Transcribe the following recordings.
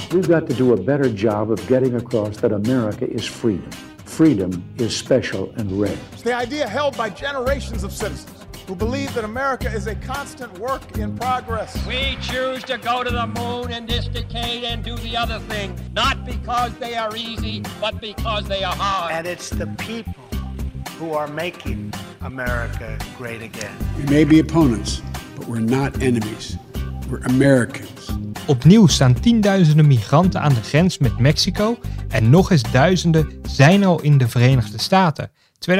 We've got to do a better job of getting across that America is freedom. Freedom is special and rare. It's the idea held by generations of citizens who believe that America is a constant work in progress. We choose to go to the moon in this decade and do the other thing, not because they are easy, but because they are hard. And it's the people who are making America great again. We may be opponents, but we're not enemies. We're Americans. Opnieuw staan tienduizenden migranten aan de grens met Mexico en nog eens duizenden zijn al in de Verenigde Staten.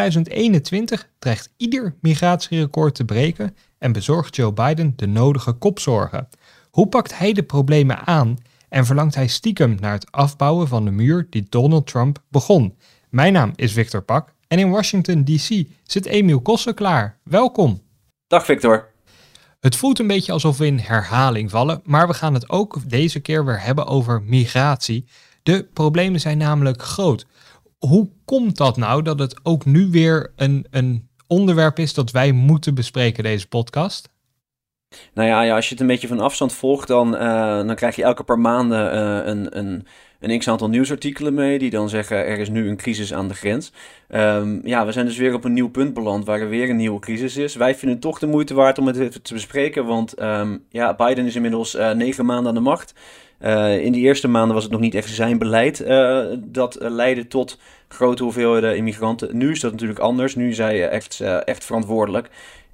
2021 dreigt ieder migratierecord te breken en bezorgt Joe Biden de nodige kopzorgen. Hoe pakt hij de problemen aan en verlangt hij stiekem naar het afbouwen van de muur die Donald Trump begon? Mijn naam is Victor Pak en in Washington D.C. zit Emiel Kossen klaar. Welkom. Dag Victor. Het voelt een beetje alsof we in herhaling vallen, maar we gaan het ook deze keer weer hebben over migratie. De problemen zijn namelijk groot. Hoe komt dat nou dat het ook nu weer een onderwerp is dat wij moeten bespreken, deze podcast? Nou ja, als je het een beetje van afstand volgt, dan krijg je elke paar maanden een x-aantal nieuwsartikelen mee die dan zeggen er is nu een crisis aan de grens. We zijn dus weer op een nieuw punt beland waar er weer een nieuwe crisis is. Wij vinden het toch de moeite waard om het even te bespreken, want Biden is inmiddels 9 maanden aan de macht. In die eerste maanden was het nog niet echt zijn beleid dat leidde tot grote hoeveelheden immigranten. Nu is dat natuurlijk anders. Nu is hij echt verantwoordelijk.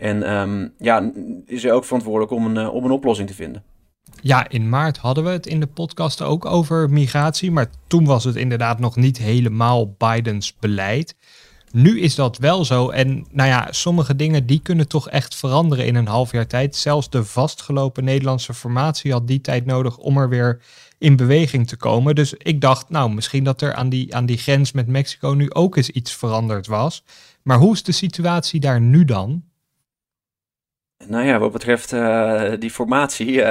En is hij ook verantwoordelijk om een oplossing te vinden. Ja, in maart hadden we het in de podcast ook over migratie, maar toen was het inderdaad nog niet helemaal Bidens beleid. Nu is dat wel zo en sommige dingen die kunnen toch echt veranderen in een half jaar tijd. Zelfs de vastgelopen Nederlandse formatie had die tijd nodig om er weer in beweging te komen. Dus ik dacht, misschien dat er aan die grens met Mexico nu ook eens iets veranderd was. Maar hoe is de situatie daar nu dan? Nou ja, wat betreft die formatie,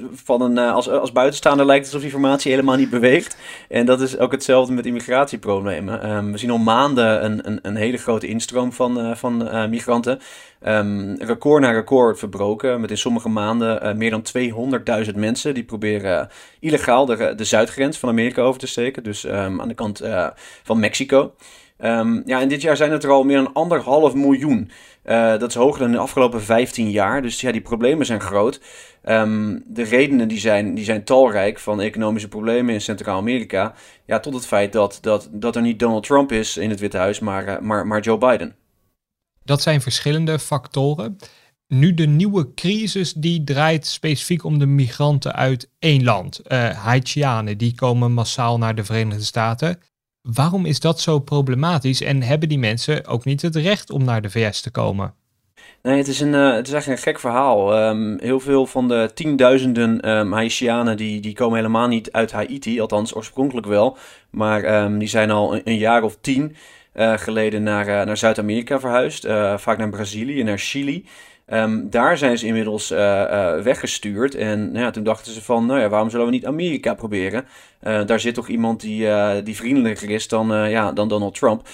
als buitenstaander lijkt het alsof die formatie helemaal niet beweegt. En dat is ook hetzelfde met immigratieproblemen. We zien al maanden een hele grote instroom van migranten. Record na record wordt verbroken, met in sommige maanden meer dan 200.000 mensen die proberen illegaal de zuidgrens van Amerika over te steken. Dus aan de kant van Mexico. En dit jaar zijn het er al meer dan 1,5 miljoen. Dat is hoger dan de afgelopen 15 jaar. Dus die problemen zijn groot. De redenen die zijn talrijk, van economische problemen in Centraal-Amerika. Ja, tot het feit dat er niet Donald Trump is in het Witte Huis, maar Joe Biden. Dat zijn verschillende factoren. Nu de nieuwe crisis die draait specifiek om de migranten uit één land. Haitianen, die komen massaal naar de Verenigde Staten. Waarom is dat zo problematisch en hebben die mensen ook niet het recht om naar de VS te komen? Nee, het is eigenlijk een gek verhaal. Heel veel van de tienduizenden Haitianen die komen helemaal niet uit Haiti, althans oorspronkelijk wel. Maar die zijn al een jaar of 10 geleden naar Zuid-Amerika verhuisd, vaak naar Brazilië, naar Chili. Daar zijn ze inmiddels weggestuurd en toen dachten ze van, waarom zullen we niet Amerika proberen? Daar zit toch iemand die vriendelijker is dan Donald Trump.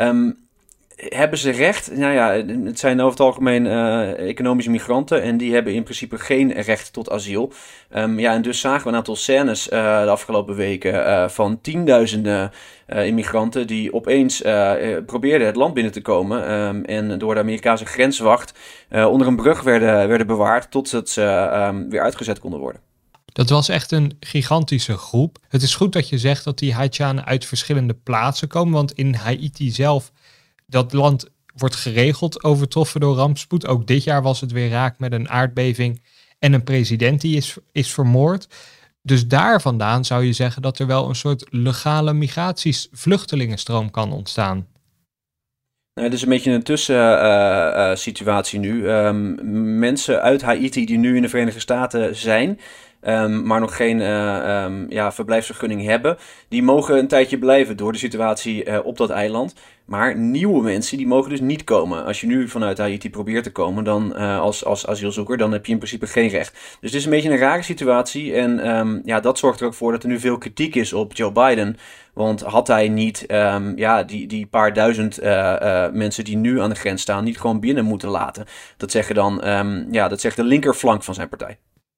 Hebben ze recht? Het zijn over het algemeen economische migranten en die hebben in principe geen recht tot asiel. En dus zagen we een aantal scènes de afgelopen weken van tienduizenden immigranten die opeens probeerden het land binnen te komen en door de Amerikaanse grenswacht onder een brug werden bewaard tot ze weer uitgezet konden worden. Dat was echt een gigantische groep. Het is goed dat je zegt dat die Haitianen uit verschillende plaatsen komen, want in Haiti zelf, dat land wordt geregeld overtroffen door rampspoed. Ook dit jaar was het weer raak met een aardbeving en een president die is vermoord. Dus daar vandaan zou je zeggen dat er wel een soort legale migratievluchtelingenstroom kan ontstaan. Het is een beetje een tussensituatie nu. Mensen uit Haiti die nu in de Verenigde Staten zijn, maar nog geen verblijfsvergunning hebben, die mogen een tijdje blijven door de situatie op dat eiland. Maar nieuwe mensen, die mogen dus niet komen. Als je nu vanuit Haiti probeert te komen, dan als asielzoeker, dan heb je in principe geen recht. Dus het is een beetje een rare situatie. En dat zorgt er ook voor dat er nu veel kritiek is op Joe Biden. Want had hij niet die paar duizend mensen die nu aan de grens staan, niet gewoon binnen moeten laten. Dat zeggen dan, dat zegt de linkerflank van zijn partij.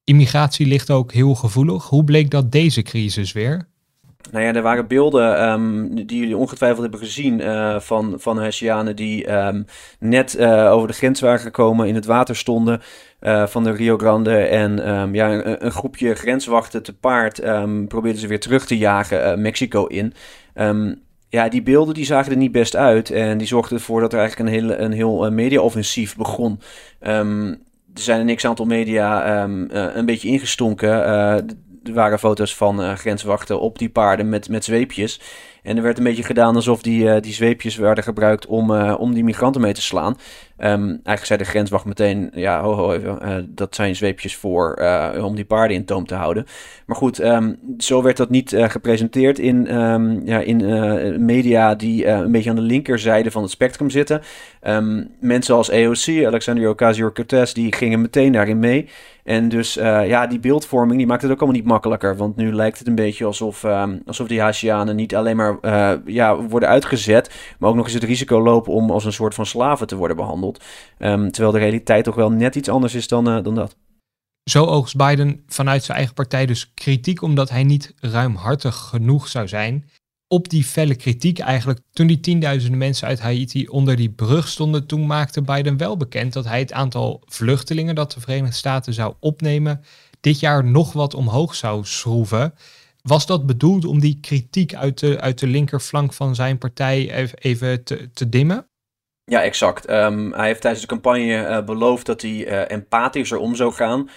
Immigratie ligt ook heel gevoelig. Hoe bleek dat deze crisis weer? Nou ja, er waren beelden die jullie ongetwijfeld hebben gezien van Haitianen die net over de grens waren gekomen, in het water stonden van de Rio Grande. En een groepje grenswachten te paard probeerden ze weer terug te jagen Mexico in. Die beelden die zagen er niet best uit en die zorgden ervoor dat er eigenlijk een heel media-offensief begon. Er zijn een x-aantal media een beetje ingestonken. Er waren foto's van grenswachten op die paarden met zweepjes. En er werd een beetje gedaan alsof die zweepjes werden gebruikt om die migranten mee te slaan. Eigenlijk zei de grenswacht meteen, dat zijn zweepjes om die paarden in toom te houden. Maar goed, zo werd dat niet gepresenteerd in media die een beetje aan de linkerzijde van het spectrum zitten. Mensen als AOC, Alexandria Ocasio-Cortez, die gingen meteen daarin mee. En dus die beeldvorming die maakt het ook allemaal niet makkelijker. Want nu lijkt het een beetje alsof die Haitianen niet alleen maar worden uitgezet, maar ook nog eens het risico lopen om als een soort van slaven te worden behandeld. Terwijl de realiteit toch wel net iets anders is dan dat. Zo oogst Biden vanuit zijn eigen partij dus kritiek omdat hij niet ruimhartig genoeg zou zijn. Op die felle kritiek eigenlijk, toen die tienduizenden mensen uit Haiti onder die brug stonden, toen maakte Biden wel bekend dat hij het aantal vluchtelingen dat de Verenigde Staten zou opnemen dit jaar nog wat omhoog zou schroeven. Was dat bedoeld om die kritiek uit de linkerflank van zijn partij even te dimmen? Ja, exact. Hij heeft tijdens de campagne beloofd dat hij empathischer om zou gaan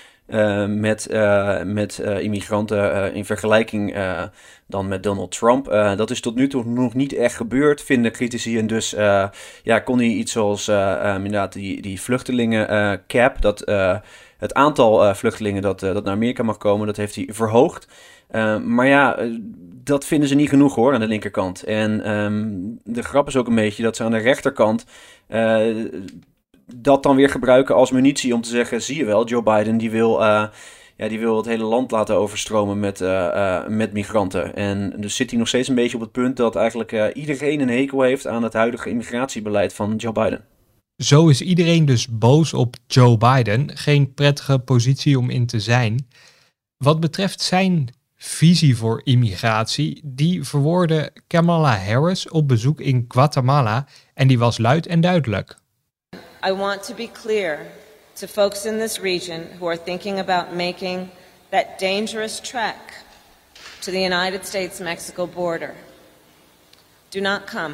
met immigranten in vergelijking dan met Donald Trump. Dat is tot nu toe nog niet echt gebeurd, vinden critici. En dus kon hij iets zoals inderdaad die vluchtelingen cap, dat het aantal vluchtelingen dat naar Amerika mag komen, dat heeft hij verhoogd. Dat vinden ze niet genoeg hoor, aan de linkerkant. En de grap is ook een beetje dat ze aan de rechterkant dat dan weer gebruiken als munitie om te zeggen, zie je wel, Joe Biden die wil het hele land laten overstromen met migranten. En dus zit hij nog steeds een beetje op het punt dat eigenlijk iedereen een hekel heeft aan het huidige immigratiebeleid van Joe Biden. Zo is iedereen dus boos op Joe Biden. Geen prettige positie om in te zijn. Wat betreft zijn visie voor immigratie, die verwoordde Kamala Harris op bezoek in Guatemala en die was luid en duidelijk. I want to be clear to folks in this region who are thinking about making that dangerous trek to the United States-Mexico border. Do not come.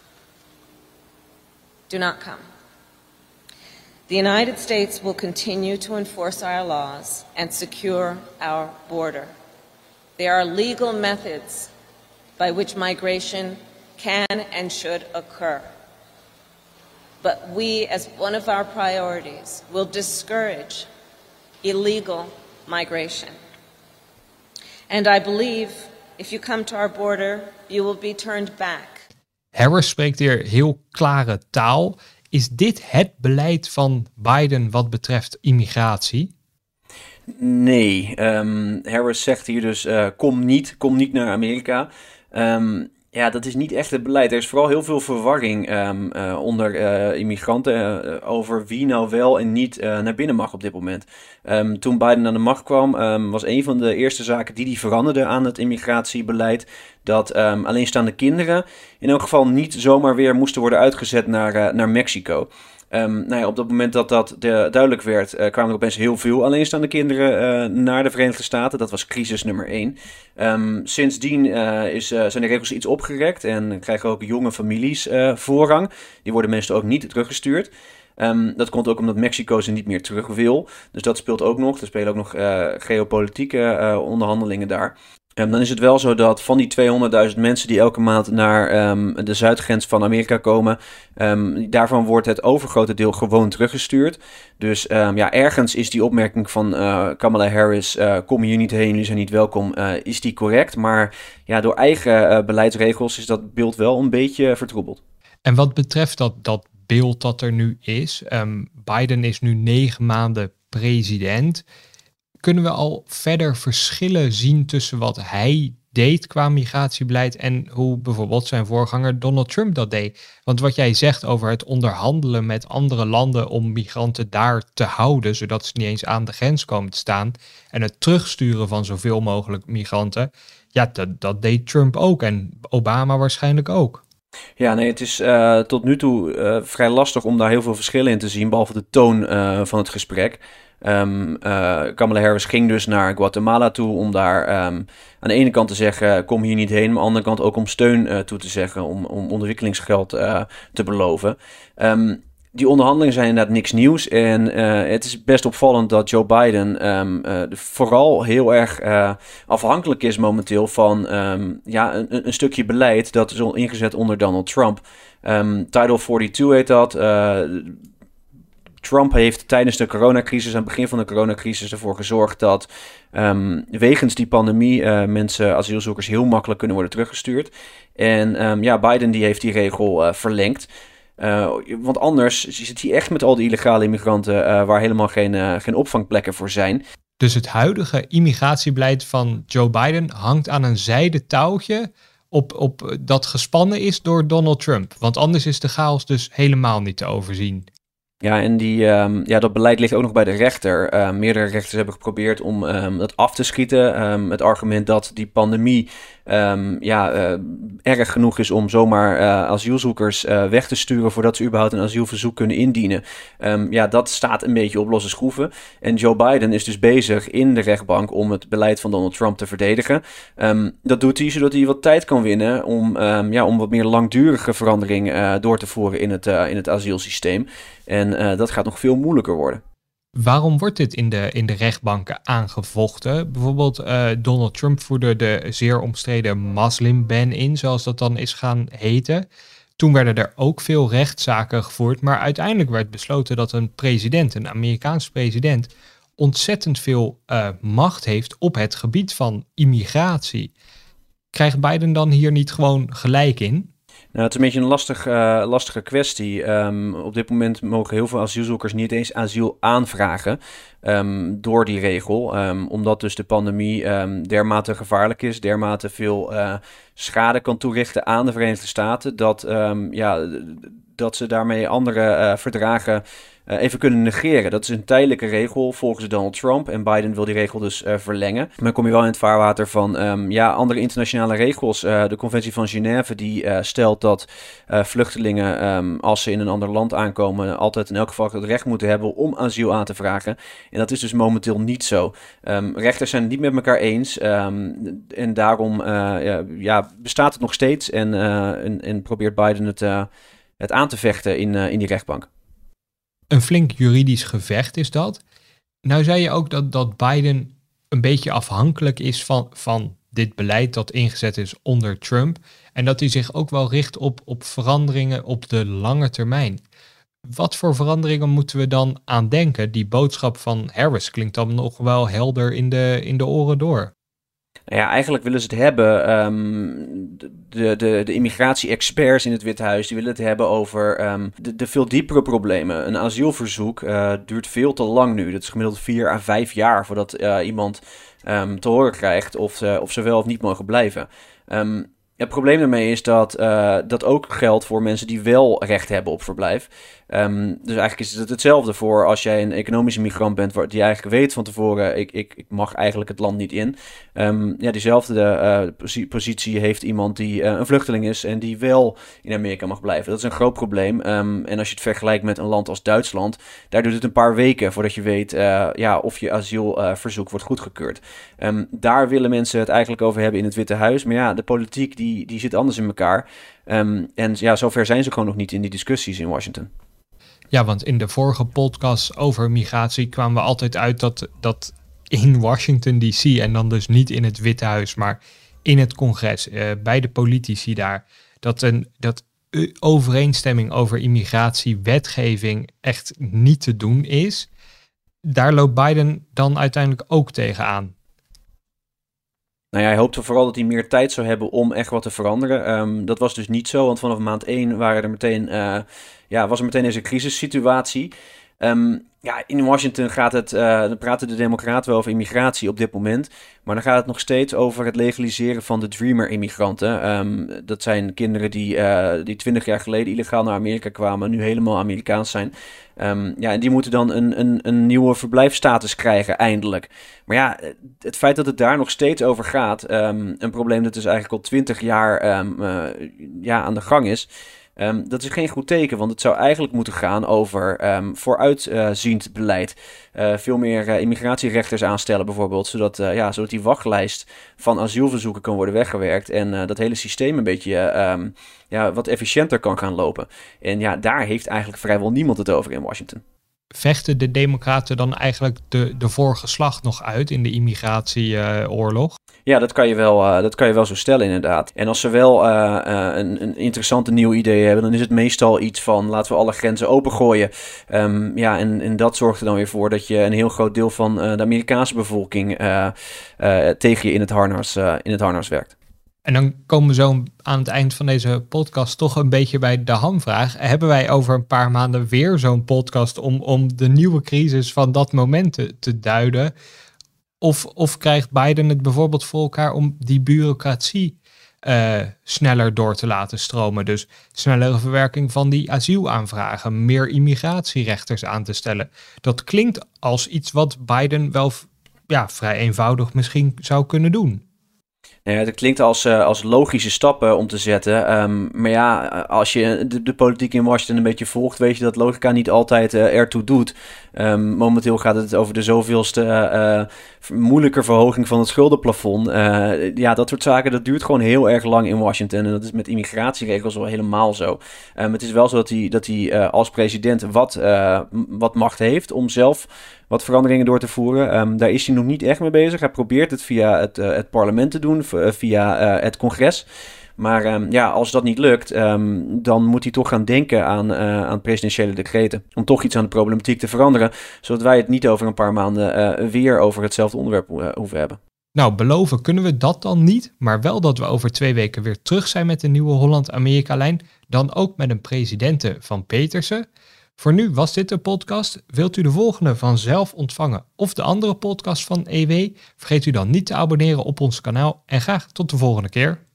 Do not come. The United States will continue to enforce our laws and secure our border. There are legal methods by which migration can and should occur. But we, as one of our priorities, will discourage illegal migration. And I believe if you come to our border, you will be turned back. Harris spreekt hier heel klare taal. Is dit het beleid van Biden wat betreft immigratie? Nee, Harris zegt hier dus kom niet naar Amerika. Dat is niet echt het beleid. Er is vooral heel veel verwarring onder immigranten over wie nou wel en niet naar binnen mag op dit moment. Toen Biden aan de macht kwam, was een van de eerste zaken die veranderde aan het immigratiebeleid dat alleenstaande kinderen in elk geval niet zomaar weer moesten worden uitgezet naar Mexico. Op dat moment dat duidelijk werd, kwamen er opeens heel veel alleenstaande kinderen naar de Verenigde Staten. Dat was crisis nummer 1. Sindsdien zijn de regels iets opgerekt en krijgen ook jonge families voorrang. Die worden meestal ook niet teruggestuurd. Dat komt ook omdat Mexico ze niet meer terug wil. Dus dat speelt ook nog. Er spelen ook nog geopolitieke onderhandelingen daar. Dan is het wel zo dat van die 200.000 mensen die elke maand naar de zuidgrens van Amerika komen, daarvan wordt het overgrote deel gewoon teruggestuurd. Dus ergens is die opmerking van Kamala Harris, kom hier niet heen, jullie zijn niet welkom, is die correct. Maar door eigen beleidsregels is dat beeld wel een beetje vertroebeld. En wat betreft dat beeld dat er nu is, Biden is nu 9 maanden president. Kunnen we al verder verschillen zien tussen wat hij deed qua migratiebeleid en hoe bijvoorbeeld zijn voorganger Donald Trump dat deed. Want wat jij zegt over het onderhandelen met andere landen om migranten daar te houden, zodat ze niet eens aan de grens komen te staan, en het terugsturen van zoveel mogelijk migranten, ja, dat deed Trump ook en Obama waarschijnlijk ook. Ja, nee, het is tot nu toe vrij lastig om daar heel veel verschillen in te zien, behalve de toon van het gesprek. Kamala Harris ging dus naar Guatemala toe om daar aan de ene kant te zeggen, kom hier niet heen, maar aan de andere kant ook om steun toe te zeggen, om ontwikkelingsgeld te beloven. Die onderhandelingen zijn inderdaad niks nieuws en het is best opvallend dat Joe Biden vooral heel erg afhankelijk is momenteel van een stukje beleid dat is ingezet onder Donald Trump. Title 42 heet dat. Trump heeft tijdens de coronacrisis, aan het begin van de coronacrisis, ervoor gezorgd dat wegens die pandemie mensen, asielzoekers, heel makkelijk kunnen worden teruggestuurd. En Biden die heeft die regel verlengd. Want anders zit hij echt met al die illegale immigranten waar helemaal geen opvangplekken voor zijn. Dus het huidige immigratiebeleid van Joe Biden hangt aan een zijden touwtje op dat gespannen is door Donald Trump. Want anders is de chaos dus helemaal niet te overzien. Ja, en dat beleid ligt ook nog bij de rechter. Meerdere rechters hebben geprobeerd om dat af te schieten. Het argument dat die pandemie erg genoeg is om zomaar asielzoekers weg te sturen voordat ze überhaupt een asielverzoek kunnen indienen. Dat staat een beetje op losse schroeven. En Joe Biden is dus bezig in de rechtbank om het beleid van Donald Trump te verdedigen. Dat doet hij zodat hij wat tijd kan winnen om wat meer langdurige verandering door te voeren in het asielsysteem. En dat gaat nog veel moeilijker worden. Waarom wordt dit in de rechtbanken aangevochten? Bijvoorbeeld Donald Trump voerde de zeer omstreden moslimban in, zoals dat dan is gaan heten. Toen werden er ook veel rechtszaken gevoerd, maar uiteindelijk werd besloten dat een Amerikaans president, ontzettend veel macht heeft op het gebied van immigratie. Krijgt Biden dan hier niet gewoon gelijk in? Nou, het is een beetje een lastige kwestie. Op dit moment mogen heel veel asielzoekers niet eens asiel aanvragen door die regel. Omdat dus de pandemie dermate gevaarlijk is, dermate veel schade kan toerichten aan de Verenigde Staten, dat ze daarmee andere verdragen even kunnen negeren. Dat is een tijdelijke regel volgens Donald Trump en Biden wil die regel dus verlengen. Maar dan kom je wel in het vaarwater van andere internationale regels. De Conventie van Genève die stelt dat vluchtelingen als ze in een ander land aankomen altijd in elk geval het recht moeten hebben om asiel aan te vragen. En dat is dus momenteel niet zo. Rechters zijn het niet met elkaar eens en daarom bestaat het nog steeds en probeert Biden het aan te vechten in die rechtbank. Een flink juridisch gevecht is dat. Nou zei je ook dat Biden een beetje afhankelijk is van dit beleid dat ingezet is onder Trump. En dat hij zich ook wel richt op veranderingen op de lange termijn. Wat voor veranderingen moeten we dan aan denken? Die boodschap van Harris klinkt dan nog wel helder in de oren door. Ja, eigenlijk willen ze het hebben, de immigratie-experts in het Witte Huis, die willen het hebben over de veel diepere problemen. Een asielverzoek duurt veel te lang nu. Dat is gemiddeld 4 à 5 jaar voordat iemand te horen krijgt of ze wel of niet mogen blijven. Het probleem daarmee is dat ook geldt voor mensen die wel recht hebben op verblijf. Dus eigenlijk is het hetzelfde voor als jij een economische migrant bent die eigenlijk weet van tevoren, ik mag eigenlijk het land niet in. Diezelfde positie heeft iemand die een vluchteling is en die wel in Amerika mag blijven. Dat is een groot probleem. En als je het vergelijkt met een land als Duitsland, daar duurt het een paar weken voordat je weet of je asielverzoek wordt goedgekeurd. Daar willen mensen het eigenlijk over hebben in het Witte Huis. Maar ja, de politiek die zit anders in elkaar. Zover zijn ze gewoon nog niet in die discussies in Washington. Ja, want in de vorige podcast over migratie kwamen we altijd uit dat in Washington D.C. en dan dus niet in het Witte Huis, maar in het congres, bij de politici daar, dat overeenstemming over immigratiewetgeving echt niet te doen is. Daar loopt Biden dan uiteindelijk ook tegenaan. Nou ja, hij hoopte vooral dat hij meer tijd zou hebben om echt wat te veranderen. Dat was dus niet zo, want vanaf maand 1 was er meteen deze crisissituatie. Ja, in Washington dan praten de democraten wel over immigratie op dit moment. Maar dan gaat het nog steeds over het legaliseren van de Dreamer-immigranten. Dat zijn kinderen die 20 jaar geleden illegaal naar Amerika kwamen, nu helemaal Amerikaans zijn. En die moeten dan een nieuwe verblijfsstatus krijgen, eindelijk. Maar ja, het feit dat het daar nog steeds over gaat, een probleem dat dus eigenlijk al 20 jaar aan de gang is. Dat is geen goed teken, want het zou eigenlijk moeten gaan over vooruitziend beleid. Veel meer immigratierechters aanstellen bijvoorbeeld, zodat die wachtlijst van asielverzoeken kan worden weggewerkt en dat hele systeem een beetje wat efficiënter kan gaan lopen. En ja, daar heeft eigenlijk vrijwel niemand het over in Washington. Vechten de democraten dan eigenlijk de vorige slag nog uit in de immigratieoorlog? Ja, dat kan je wel zo stellen inderdaad. En als ze wel een interessante nieuw idee hebben, dan is het meestal iets van laten we alle grenzen opengooien. En dat zorgt er dan weer voor dat je een heel groot deel van de Amerikaanse bevolking tegen je in het harnas werkt. En dan komen we zo aan het eind van deze podcast toch een beetje bij de hamvraag. Hebben wij over een paar maanden weer zo'n podcast om de nieuwe crisis van dat moment te duiden? Of krijgt Biden het bijvoorbeeld voor elkaar om die bureaucratie sneller door te laten stromen? Dus snellere verwerking van die asielaanvragen, meer immigratierechters aan te stellen. Dat klinkt als iets wat Biden wel vrij eenvoudig misschien zou kunnen doen. Ja, het klinkt als logische stappen om te zetten. Maar ja, als je de politiek in Washington een beetje volgt, weet je dat logica niet altijd ertoe doet. Momenteel gaat het over de zoveelste moeilijke verhoging van het schuldenplafond. Dat soort zaken, dat duurt gewoon heel erg lang in Washington. En dat is met immigratieregels wel helemaal zo. Het is wel zo dat hij als president wat macht heeft om zelf wat veranderingen door te voeren. Daar is hij nog niet echt mee bezig. Hij probeert het via het parlement te doen, via het congres. Maar als dat niet lukt, dan moet hij toch gaan denken aan presidentiële decreten. Om toch iets aan de problematiek te veranderen. Zodat wij het niet over een paar maanden weer over hetzelfde onderwerp hoeven hebben. Nou, beloven kunnen we dat dan niet. Maar wel dat we over 2 weken weer terug zijn met de nieuwe Holland-Amerika-lijn. Dan ook met een presidente van Petersen. Voor nu was dit de podcast. Wilt u de volgende vanzelf ontvangen of de andere podcast van EW? Vergeet u dan niet te abonneren op ons kanaal en graag tot de volgende keer.